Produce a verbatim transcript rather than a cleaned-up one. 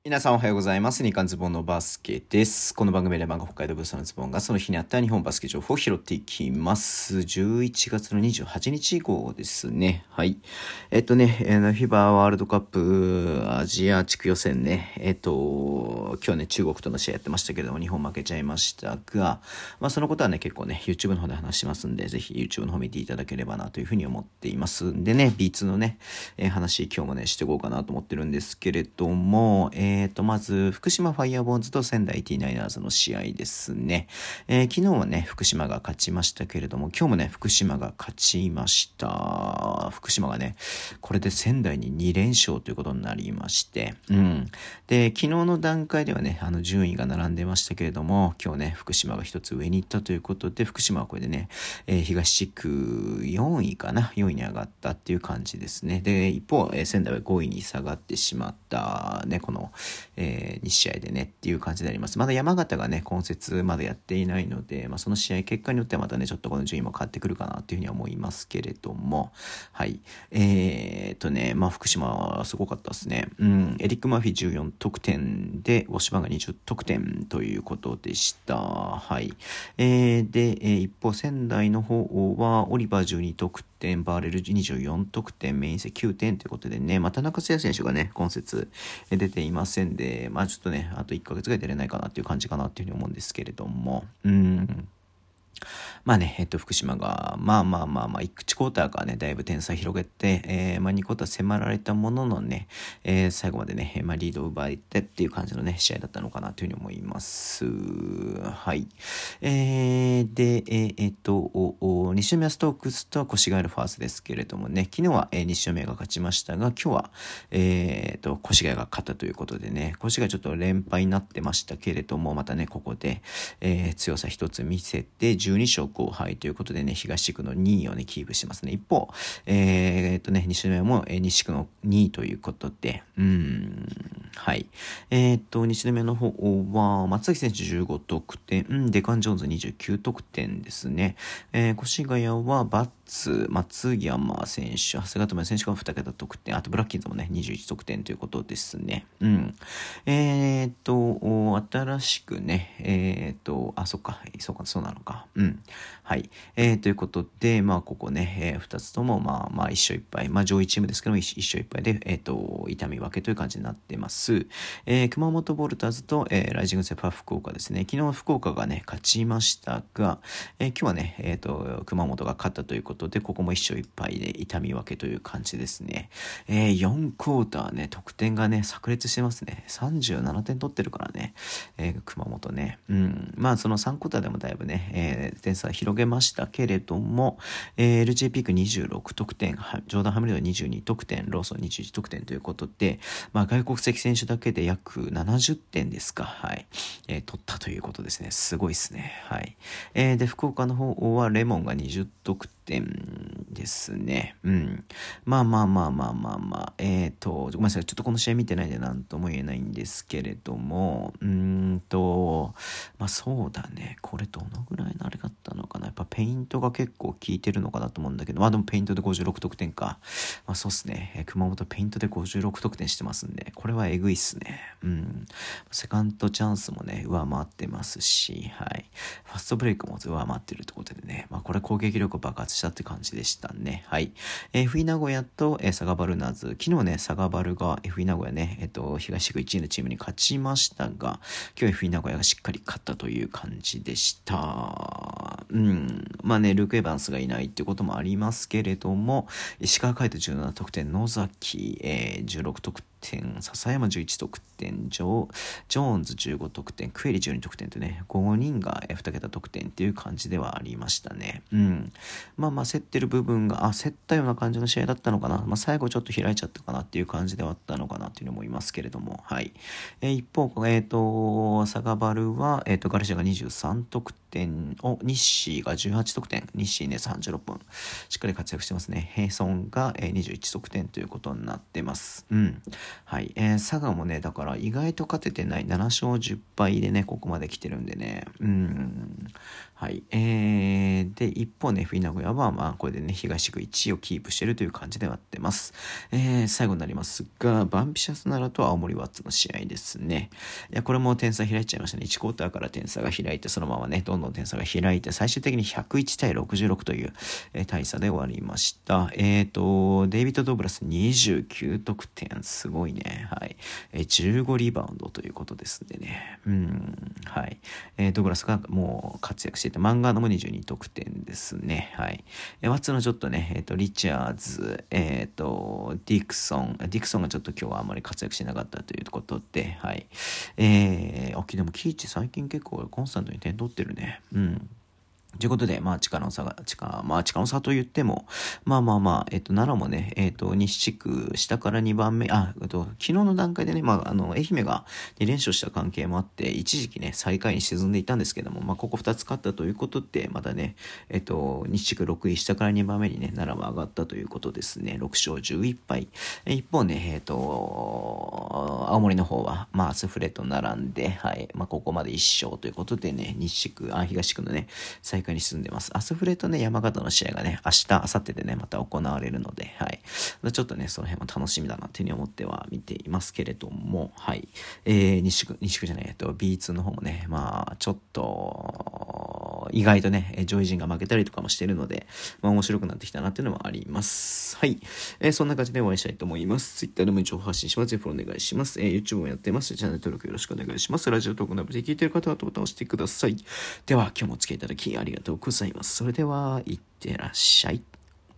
皆さんおはようございます。日刊ズボンのバスケです。この番組で漫画北海道ブースのズボンがその日にあった日本バスケ情報を拾っていきます。じゅういちがつのにじゅうはちにち号ですね。はい。えっとね、えー、フィバワールドカップアジア地区予選ね、えっと、今日ね、中国との試合やってましたけれども、日本負けちゃいましたが、まあそのことはね、結構ね、YouTube の方で話しますんで、ぜひ YouTube の方見ていただければなというふうに思っています。んでね、ビーツー のね、えー、話今日もね、していこうかなと思ってるんですけれども、えーえーと、まず、福島ファイヤーボーンズと仙台 ティーナイナーズの試合ですね。えー、昨日はね、福島が勝ちましたけれども、今日もね、福島が勝ちました。福島がね、これで仙台ににれんしょうということになりまして、うん。で、昨日の段階ではね、あの、順位が並んでましたけれども、今日ね、福島が一つ上に行ったということで、福島はこれでね、えー、東地区よんいかな、よんいに上がったっていう感じですね。で、一方、えー、仙台はごいに下がってしまったね、この、えー、に試合でねっていう感じであります。まだ山形がね、今節まだやっていないので、まあ、その試合結果によってはまたね、ちょっとこの順位も変わってくるかなっていうふうには思いますけれども、はい。えー、っとね、まあ、福島はすごかったですね。うん、エリック・マーフィーじゅうよんとくてんで、ウォッシュバンがにじゅっとくてんということでした。はい。えー、で、えー、一方、仙台の方は、オリバーじゅうにとくてん、バーレルにじゅうよんとくてん、メインセきゅうてんということでね、まあ、田中誠也選手がね、今節出ていませんで、まあちょっとね、あといっかげつぐらい出れないかなっていう感じかなっていうふうに思うんですけれども、うん。まあね、えっと、福島が、まあまあまあまあ、いちクォーターからね、だいぶ点差広げて、えー、まあにクォーター迫られたもののね、えー、最後までね、まあリードを奪えてっていう感じのね、試合だったのかなというふうに思います。はい。えー、で、えー、えっと、西宮ストークスと越谷のファースですけれどもね、昨日は、えー、西宮が勝ちましたが、今日は、えー、と、越谷が勝ったということでね、越谷ちょっと連敗になってましたけれども、またね、ここで、えー、強さ一つ見せて、じゅうにしょうごはいということでね、東地区のにいをね、キープしてますね。一方、えー、っとね、西宮も、えー、西地区のにいということで、うーん、はい。えー、っと、西宮の方は、松崎選手じゅうごとくてん、うん、デカン・ジョーンズにじゅうきゅうとくてんですね。えー、越谷は、バッツ、松山選手、長谷川智也選手がにけた得点、あとブラッキンズもね、にじゅういちとくてんということですね。うん。えー、っと、新しくね、えー、っと、あ、そっか、そうか、そうなのか。うん。はい。えー、ということで、まあ、ここね、えー、ふたつとも、まあ、まあ、一勝一敗。まあ、上位チームですけども、一勝一敗で、えー、っと、痛み分けという感じになってます。えー、熊本ボルターズと、えー、ライジングセパ福岡ですね。昨日福岡がね、勝ちましたが、えー、今日はね、えー、っと、熊本が勝ったということで、ここも一勝一敗で痛み分けという感じですね。えー、よんクォーターね、得点がね、炸裂してますね。さんじゅうななてん取ってるからね、えー、熊本ね。うん。まあ、そのさんクォーターでもだいぶね、えー、点差広げましたけれども、えー、エルジェー ピークにじゅうろくとくてん、ジョーダン・ハミルトンにじゅうにとくてん、ローソンにじゅういちとくてんということで、まあ、外国籍選手だけで約ななじゅってんですか、はい。えー、取ったということですね。すごいですね。はい。えー、で、福岡の方はレモンがにじゅっとくてんですね。うん。まあまあまあまあまあまあ、えーと、ごめんなさい。ちょっとこの試合見てないんで何とも言えないんですけれども、うーんと、まあそうだね。これどのぐらいのあれだったのかな。やっぱペイントが結構効いてるのかなと思うんだけど、まあでもペイントでごじゅうろくとくてんか。まあそうっすね。えー、熊本ペイントでごじゅうろくとくてんしてますんで、これはえぐいっすね。うん。セカンドチャンスもね、上回ってますし、はい。ファストブレイクも上回ってるってことでね、まあこれ攻撃力爆発したって感じでしたね。はい。えー、エフイー 名古屋と、えー、サガバルナーズ。昨日ね、サガバルが エフイー 名古屋ね、えっ、ー、と、東地区いちいのチームに勝ちましたが、今日 エフイー 名古屋がしっかり勝ったという感じでした。うん。まあね、ルーク・エヴァンスがいないってこともありますけれども、石川海人じゅうななとくてん、野崎、えー、じゅうろくとくてん、笹山じゅういちとくてん、ジョジョーンズじゅうごとくてん、クエリじゅうにとくてんとね、ごにんがにけた得点っていう感じではありましたね。うん。まあまあ、競ってる部分が、あ、競ったような感じの試合だったのかな。まあ最後ちょっと開いちゃったかなっていう感じではあったのかなっていうふうに思いますけれども、はい。えー、一方、えっ、ー、と、サガバルは、えっ、ー、と、ガルシアがにじゅうさんとく点を、日清がじゅうはち得点、日清ねさんじゅうろっぷん、しっかり活躍してますね。ヘイソンがにじゅういち得点ということになってます。うん。はい。えー、佐賀もね、だから意外と勝ててないなな勝じゅっ敗でね、ここまで来てるんでね。うん。はい。えー、で、一方ね、冬名古屋は、まあ、これでね、東地区いちいをキープしてるという感じではあってます。えー、最後になりますが、バンピシャス奈良と青森ワッツの試合ですね。いや、これも点差開いちゃいましたね。いちクォーターから点差が開いて、そのままね、どんどん点差が開いて、最終的にひゃくいち対ろくじゅうろくという、えー、大差で終わりました。えーと、デイビッド・ドーブラスにじゅうきゅう得点、すごいね。はい。えー、じゅうごリバウンドということですんでね。うん、はい。えー、ドーブラスがもう活躍していて、マンガードもにじゅうに得点ですね。はい。えー、ワッツのちょっとね、えっ、ー、と、リチャーズ、えっ、ー、と、ディクソン、ディクソンがちょっと今日はあんまり活躍しなかったということで、はい。えー、あ、でもキーチ最近結構コンスタントに点取ってるね。うん。ということで、まあ、力の差が、力、まあ、力の差と言っても、まあまあまあ、えっと、奈良もね、えっと、西地区、下からにばんめ、あ、えっと、昨日の段階でね、まあ、あの、愛媛がに連勝した関係もあって、一時期ね、最下位に沈んでいたんですけども、まあ、ここふたつ勝ったということで、またね、えっと、西地区ろくい、下からにばんめにね、奈良は上がったということですね。ろく勝じゅういち敗。一方ね、えっと、青森の方は、まあ、スフレと並んで、はい、まあ、ここまでいっ勝ということでね、西地区、あ、東地区のね、最下位に進んでます。アスフレとね、山形の試合がね、明日、明後日でね、また行われるので、はい。ちょっとね、その辺も楽しみだなっていうふうに思っては見ていますけれども、はい。えー、西区、西区じゃない、えっと、ビーツー の方もね、まあ、ちょっと、意外とね、上位陣が負けたりとかもしてるので、まあ面白くなってきたなっていうのもあります。はい。えー、そんな感じでお会いしたいと思います。Twitter でも情報発信します。ぜひフォローお願いします。えー、YouTube もやってます。チャンネル登録よろしくお願いします。ラジオトークのアプリで聞いている方はボタンを押してください。では、今日もお付き合いいただきありがとうございます。それでは、いってらっしゃい。